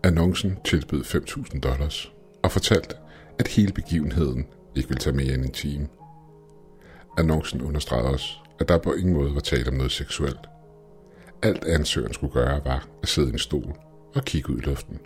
Annoncen tilbød $5.000 og fortalte, at hele begivenheden ikke ville tage mere end en time. Annoncen understregede også, at der på ingen måde var tale om noget seksuelt. Alt ansøgeren skulle gøre var at sidde i en stol og kigge ud i luften.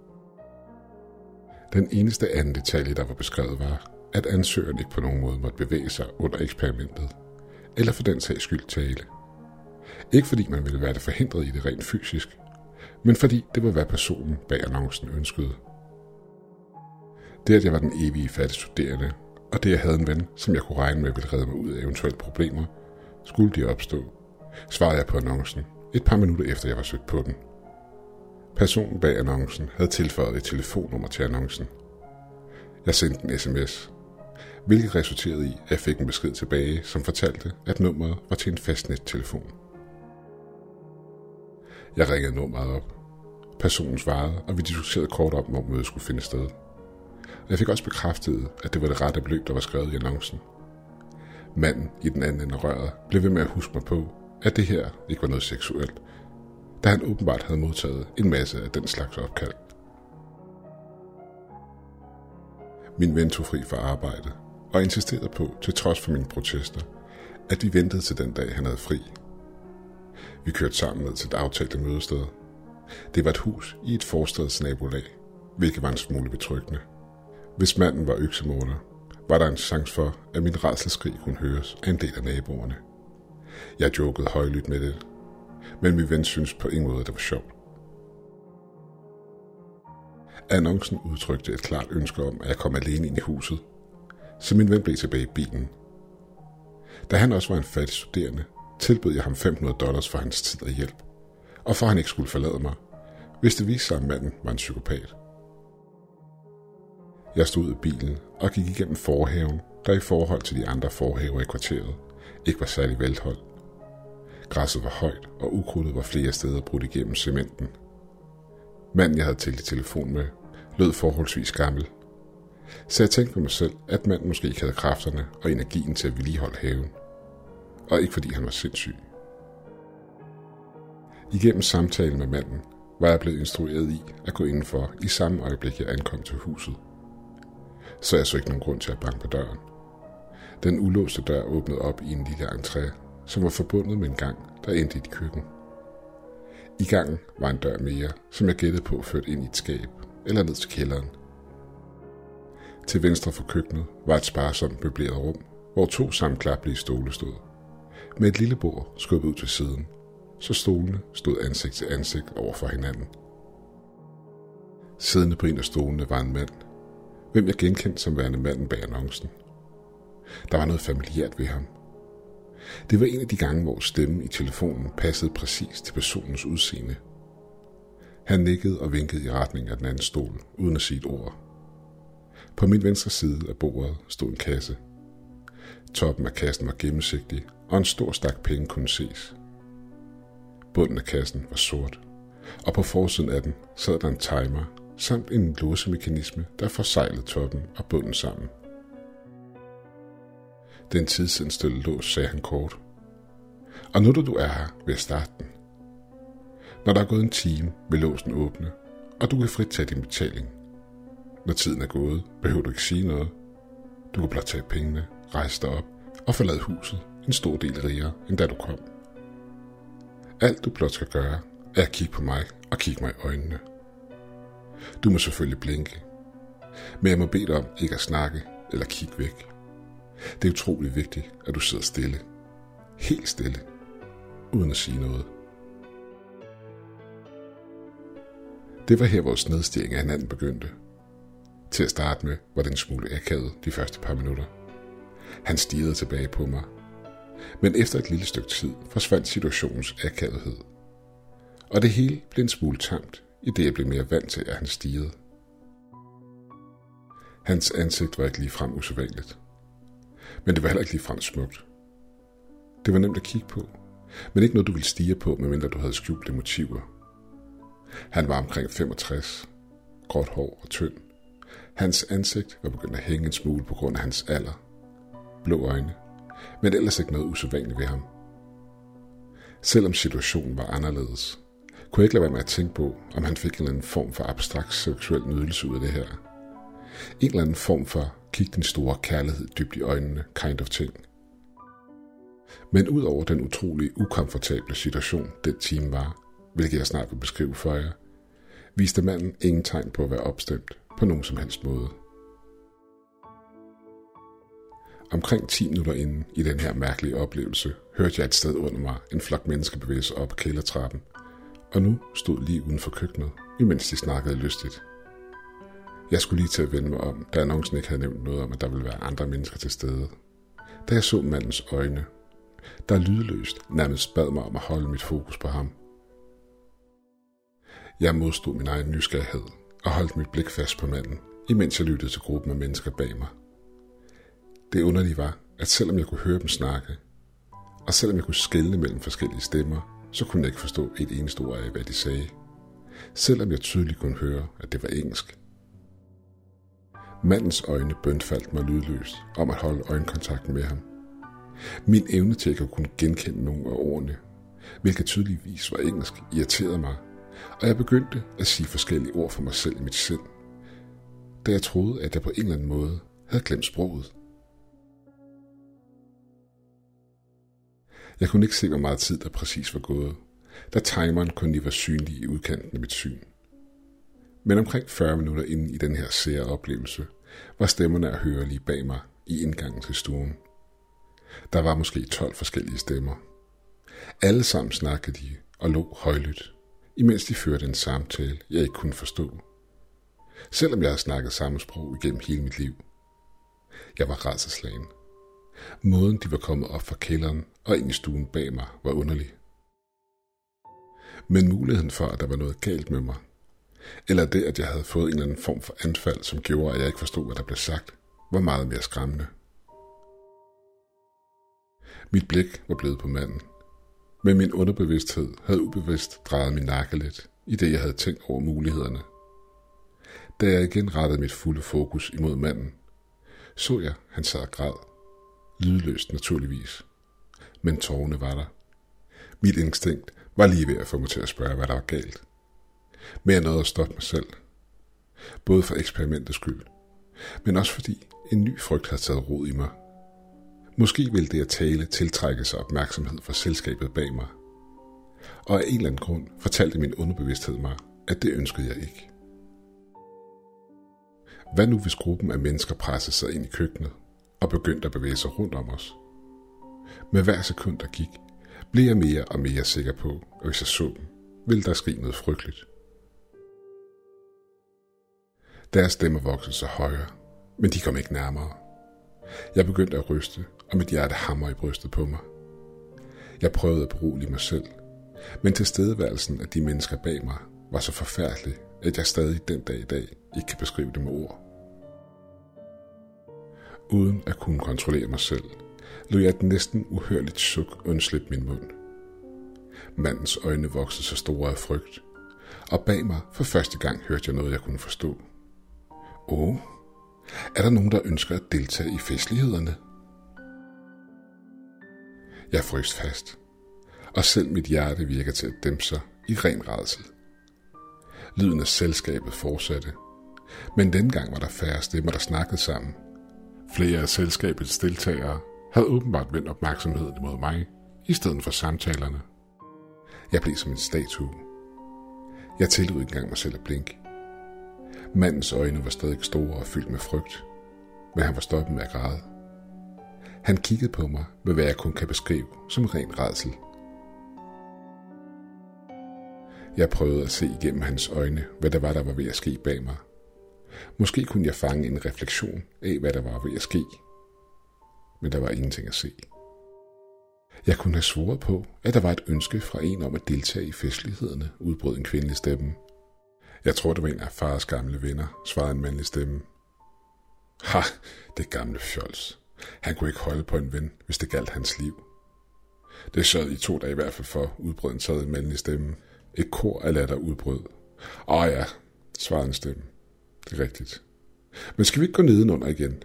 Den eneste anden detalje, der var beskrevet, var, at ansøgeren ikke på nogen måde måtte bevæge sig under eksperimentet, eller for den sags skyld tale. Ikke fordi man ville være det forhindret i det rent fysisk, men fordi det var, hvad personen bag annoncen ønskede. Det, at jeg var den evige fattige studerende, og det, jeg havde en ven, som jeg kunne regne med ville redde mig ud af eventuelle problemer, skulle de opstå, svarede jeg på annoncen et par minutter efter, jeg var søgt på den. Personen bag annoncen havde tilføjet et telefonnummer til annoncen. Jeg sendte en sms, hvilket resulterede i, at jeg fik en besked tilbage, som fortalte, at nummeret var til en fastnettelefon. Jeg ringede nummeret op. Personen svarede, og vi diskuterede kort om, hvor mødet skulle finde sted. Og jeg fik også bekræftet, at det var det rette beløb, der var skrevet i annoncen. Manden i den anden ende af røret blev ved med at huske mig på, at det her ikke var noget seksuelt, da han åbenbart havde modtaget en masse af den slags opkald. Min ven tog fri fra arbejde og insisterede på, til trods for mine protester, at vi ventede til den dag, han havde fri. Vi kørte sammen ned til det aftalte mødested. Det var et hus i et forstads nabolag, hvilket var en smule betryggende. Hvis manden var øksemorder, var der en chance for, at min rædselsskrig kunne høres af en del af naboerne. Jeg jokede højlydt med det, men min ven syntes på ingen måde, at det var sjovt. Annoncen udtrykte et klart ønske om, at jeg kom alene ind i huset, så min ven blev tilbage i bilen. Da han også var en fattig studerende, tilbød jeg ham $500 for hans tid og hjælp, og for at han ikke skulle forlade mig, hvis det viste sig, at manden var en psykopat. Jeg stod ud af bilen og gik igennem forhaven, der i forhold til de andre forhaver i kvarteret ikke var særlig velholdt. Græsset var højt, og ukrudtet var flere steder brudt igennem cementen. Manden, jeg havde talt i telefon med, lød forholdsvis gammel. Så jeg tænkte på mig selv, at manden måske ikke havde kræfterne og energien til at vedligeholde haven. Og ikke fordi han var sindssyg. Igennem samtalen med manden var jeg blevet instrueret i at gå indenfor i samme øjeblik, jeg ankom til huset. Så jeg så ikke nogen grund til at banke på døren. Den ulåste dør åbnede op i en lille entré, som var forbundet med en gang, der endte i et køkken. I gangen var en dør mere, som jeg gættede på ført ind i et skab eller ned til kælderen. Til venstre for køkkenet var et sparsomt møbleret rum, hvor 2 sammenklappelige stole stod, med et lille bord skubbet ud til siden, så stolene stod ansigt til ansigt over for hinanden. Siddende på en af stolene var en mand, hvem jeg genkendte som værende manden bag annoncen. Der var noget familiært ved ham. Det var en af de gange, hvor stemmen i telefonen passede præcis til personens udseende. Han nikkede og vinkede i retning af den anden stol, uden at sige et ord. På min venstre side af bordet stod en kasse. Toppen af kassen var gennemsigtig, og en stor stak penge kunne ses. Bunden af kassen var sort, og på forsiden af den sad der en timer, samt en låsemekanisme, der forsejlede toppen og bunden sammen. Den tidsindstillede lås, sagde han kort. Og nu da du er her, vil jeg starte den. Når der er gået en time, vil låsen åbne, og du kan frit tage din betaling. Når tiden er gået, behøver du ikke sige noget. Du kan blot tage pengene, rejse dig op og forlade huset en stor del rigere, end da du kom. Alt du blot skal gøre, er at kigge på mig og kigge mig i øjnene. Du må selvfølgelig blinke, men jeg må bede dig om ikke at snakke eller kigge væk. Det er utrolig vigtigt, at du sidder stille. Helt stille. Uden at sige noget. Det var her, vores nedstigning af hinanden begyndte. Til at starte med var det en smule akavet de første par minutter. Han stirrede tilbage på mig. Men efter et lille stykke tid forsvandt situationens akavethed. Og det hele blev en smule tamt, i det jeg blev mere vant til, at han stirrede. Hans ansigt var ikke ligefrem usædvanligt. Men det var heller ikke ligefrem smukt. Det var nemt at kigge på, men ikke noget du ville stirre på, medmindre du havde skjulte motiver. Han var omkring 65, gråt hår og tynd. Hans ansigt var begyndt at hænge en smule på grund af hans alder. Blå øjne, men ellers ikke noget usædvanligt ved ham. Selvom situationen var anderledes, kunne jeg ikke lade være med at tænke på, om han fik en eller anden form for abstrakt seksuel nydelse ud af det her. En eller anden form for kig din store kærlighed dybt i øjnene kind of ting. Men ud over den utrolig ukomfortable situation, den time var, hvilket jeg snart vil beskrive for jer, viste manden ingen tegn på at være opstemt på nogen som helst måde. Omkring 10 minutter inden i den her mærkelige oplevelse, hørte jeg et sted under mig en flok mennesker bevæge sig op ad kældertrappen, og nu stod lige uden for køkkenet, imens de snakkede lystigt. Jeg skulle lige til at vende mig om, da jeg nogensinde ikke havde nævnt noget om, at der ville være andre mennesker til stede. Da jeg så mandens øjne, der lydløst nærmest bad mig om at holde mit fokus på ham. Jeg modstod min egen nysgerrighed og holdt mit blik fast på manden, imens jeg lyttede til gruppen af mennesker bag mig. Det underlige var, at selvom jeg kunne høre dem snakke, og selvom jeg kunne skelne mellem forskellige stemmer, så kunne jeg ikke forstå et eneste ord af, hvad de sagde. Selvom jeg tydeligt kunne høre, at det var engelsk. Mandens øjne bønfaldt mig lydløst om at holde øjenkontakten med ham. Min evne til at kunne genkende nogle af ordene, hvilket tydeligvis var engelsk, irriterede mig, og jeg begyndte at sige forskellige ord for mig selv i mit sind, da jeg troede, at jeg på en eller anden måde havde glemt sproget. Jeg kunne ikke se, hvor meget tid der præcis var gået, da timeren kun lige var synlig i udkanten af mit syn. Men omkring 40 minutter inde i den her sære oplevelse, var stemmerne at høre lige bag mig i indgangen til stuen. Der var måske 12 forskellige stemmer. Alle sammen snakkede de og lå højlydt, imens de førte en samtale, jeg ikke kunne forstå. Selvom jeg havde snakket samme sprog igennem hele mit liv. Jeg var rædselsslagen. Måden de var kommet op fra kælderen og ind i stuen bag mig var underlig. Men muligheden for, at der var noget galt med mig, eller det, at jeg havde fået en eller anden form for anfald, som gjorde, at jeg ikke forstod, hvad der blev sagt, var meget mere skræmmende. Mit blik var blevet på manden, men min underbevidsthed havde ubevidst drejet min nakke lidt, i det jeg havde tænkt over mulighederne. Da jeg igen rettede mit fulde fokus imod manden, så jeg, han sad og græd. Lydløst naturligvis. Men tårerne var der. Mit instinkt var lige ved at få mig til at spørge, hvad der var galt. Men jeg nåede at stoppe mig selv. Både for eksperimentets skyld, men også fordi en ny frygt havde taget rod i mig. Måske ville det at tale tiltrække sig opmærksomhed fra selskabet bag mig. Og af en eller anden grund fortalte min underbevidsthed mig, at det ønskede jeg ikke. Hvad nu hvis gruppen af mennesker pressede sig ind i køkkenet og begyndte at bevæge sig rundt om os? Med hver sekund der gik, blev jeg mere og mere sikker på, at hvis jeg så dem, ville der ske noget frygteligt. Deres stemmer voksede så højere, men de kom ikke nærmere. Jeg begyndte at ryste, og mit hjerte hamrede i brystet på mig. Jeg prøvede at berolige mig selv, men tilstedeværelsen af de mennesker bag mig var så forfærdelig, at jeg stadig den dag i dag ikke kan beskrive det med ord. Uden at kunne kontrollere mig selv, lod jeg et næsten uhørligt suk undslippe min mund. Mandens øjne voksede så store af frygt, og bag mig for første gang hørte jeg noget, jeg kunne forstå. Er der nogen, der ønsker at deltage i festlighederne? Jeg frøs fast, og selv mit hjerte virker til at dæmpe sig i ren rædsel. Lyden af selskabet fortsatte, men denne gang var der færre stemmer, der snakkede sammen. Flere af selskabets deltagere havde åbenbart vendt opmærksomheden imod mig, i stedet for samtalerne. Jeg blev som en statue. Jeg tillod ikke engang mig selv at blinke. Mandens øjne var stadig store og fyldt med frygt, men han var stoppet med at græde. Han kiggede på mig med hvad jeg kun kan beskrive som ren rædsel. Jeg prøvede at se igennem hans øjne, hvad der var ved at ske bag mig. Måske kunne jeg fange en refleksion af, hvad der var ved at ske. Men der var ingenting at se. Jeg kunne have svoret på, at der var et ønske fra en om at deltage i festlighederne, udbrød en kvindelig stemme. Jeg tror, det var en af fars gamle venner, svarede en mandlig stemme. Ha, det gamle fjols. Han kunne ikke holde på en ven, hvis det galt hans liv. Det sørgede i 2 dage i hvert fald for, udbrød en taget en mandlig stemme. Et kor af latter udbrød. Ja, svarede en stemme. Det er rigtigt. Men skal vi ikke gå nedenunder igen?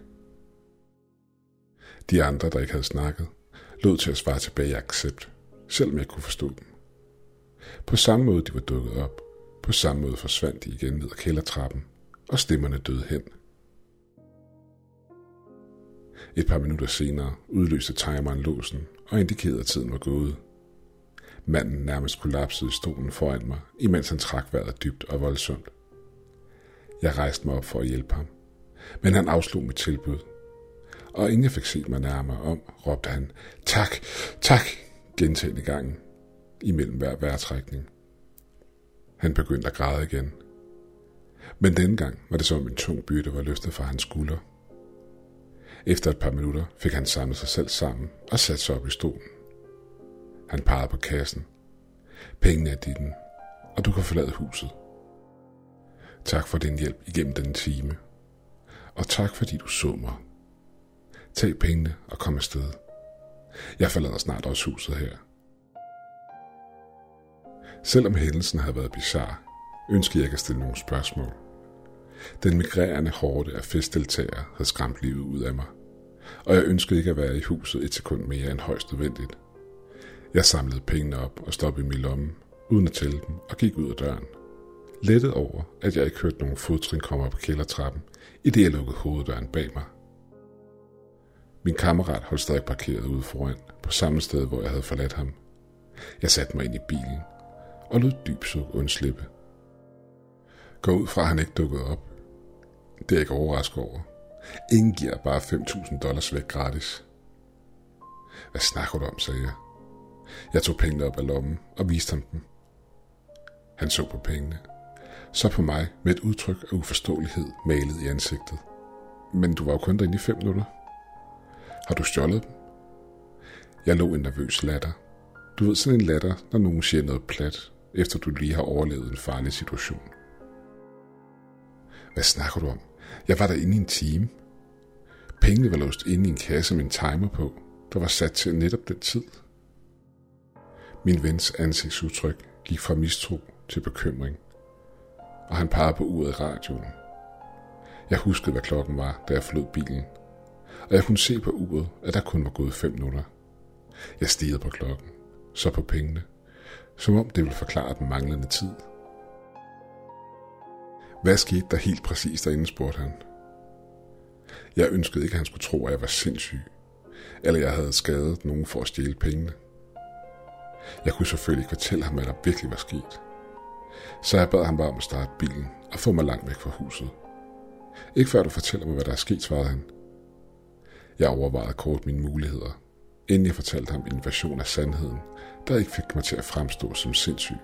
De andre, der ikke havde snakket, lod til at svare tilbage i accept, selvom jeg kunne forstå dem. På samme måde de var dukket op, på samme måde forsvandt de igen ned ad kældertrappen, og stemmerne døde hen. Et par minutter senere udløste timeren låsen og indikerede, at tiden var gået. Manden nærmest kollapsede i stolen foran mig, imens han trak vejret dybt og voldsomt. Jeg rejste mig op for at hjælpe ham, men han afslog mit tilbud. Og inden jeg fik set mig nærmere om, råbte han, tak, tak, gentagne gange, imellem hver vejrtrækning. Han begyndte at græde igen. Men denne gang var det som om en tung byrde var løftet fra hans skulder. Efter et par minutter fik han samlet sig selv sammen og satte sig op i stolen. Han pegede på kassen. Pengene er dine, og du kan forlade huset. Tak for din hjælp igennem denne time. Og tak fordi du så mig. Tag pengene og kom afsted. Jeg forlader snart også huset her. Selvom hændelsen havde været bizarre, ønskede jeg ikke at stille nogle spørgsmål. Den migrerende horde af festdeltagere havde skræmt livet ud af mig, og jeg ønskede ikke at være i huset et sekund mere end højst nødvendigt. Jeg samlede pengene op og stoppede dem i lommen, uden at tælle dem, og gik ud af døren. Lettet over, at jeg ikke hørte nogen fodtrin komme op på kældertrappen, i det jeg lukkede hoveddøren bag mig. Min kammerat holdt stadig parkeret ude foran, på samme sted, hvor jeg havde forladt ham. Jeg satte mig ind i bilen, og lod dyb suk undslippe. Gå ud fra, at han ikke dukkede op. Det er jeg ikke overrasket over. Ingen giver bare $5.000 væk gratis. Hvad snakker du om, sagde jeg. Jeg tog pengene op af lommen og viste ham dem. Han så på pengene, så på mig med et udtryk af uforståelighed malet i ansigtet. Men du var jo kun derinde i 5 minutter. Har du stjålet dem? Jeg lå en nervøs latter. Du ved, sådan en latter, når nogen siger noget plat, efter du lige har overlevet en farlig situation. Hvad snakker du om? Jeg var derinde i en time. Pengene var låst inde i en kasse med en timer på, der var sat til netop den tid. Min vens ansigtsudtryk gik fra mistro til bekymring, og han pegede på uret i radioen. Jeg huskede, hvad klokken var, da jeg forlod bilen, og jeg kunne se på uret, at der kun var gået 5 minutter. Jeg stirrede på klokken, så på pengene, som om det ville forklare den manglende tid. Hvad skete der helt præcis derinde, spurgte han. Jeg ønskede ikke, at han skulle tro, at jeg var sindssyg, eller jeg havde skadet nogen for at stjæle pengene. Jeg kunne selvfølgelig ikke fortælle ham, hvad der virkelig var sket. Så jeg bad ham bare om at starte bilen og få mig langt væk fra huset. Ikke før du fortæller mig, hvad der er sket, svarede han. Jeg overvejede kort mine muligheder, inden jeg fortalte ham en version af sandheden, der ikke fik mig til at fremstå som sindssyg.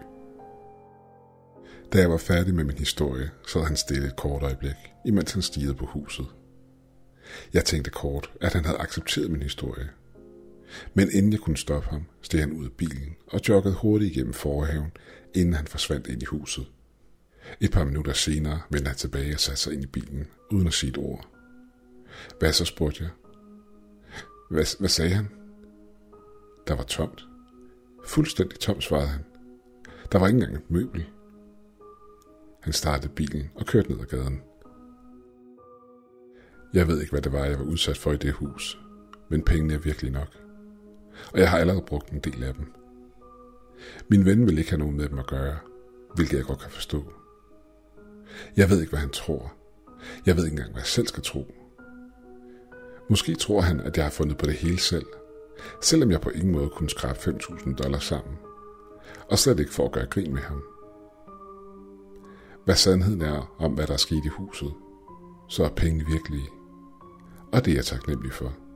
Da jeg var færdig med min historie, sad han stille et kort øjeblik, imens han stirrede på huset. Jeg tænkte kort, at han havde accepteret min historie. Men inden jeg kunne stoppe ham, steg han ud af bilen og joggede hurtigt igennem forhaven, inden han forsvandt ind i huset. Et par minutter senere vendte han tilbage og satte sig ind i bilen, uden at sige et ord. Hvad så, spurgte jeg. Hvad sagde han? Der var tomt. Fuldstændig tomt, svarede han. Der var ikke engang et møbel. Han startede bilen og kørte ned ad gaden. Jeg ved ikke, hvad det var, jeg var udsat for i det hus, men pengene er virkelig nok. Og jeg har allerede brugt en del af dem. Min ven vil ikke have nogen med dem at gøre, hvilket jeg godt kan forstå. Jeg ved ikke, hvad han tror. Jeg ved ikke engang, hvad jeg selv skal tro. Måske tror han, at jeg har fundet på det hele selv, selvom jeg på ingen måde kunne skrabe $5.000 sammen, og slet ikke for at gøre grin med ham. Hvad sandheden er om, hvad der er sket i huset, så er pengene virkelige, og det er jeg taknemmelig for.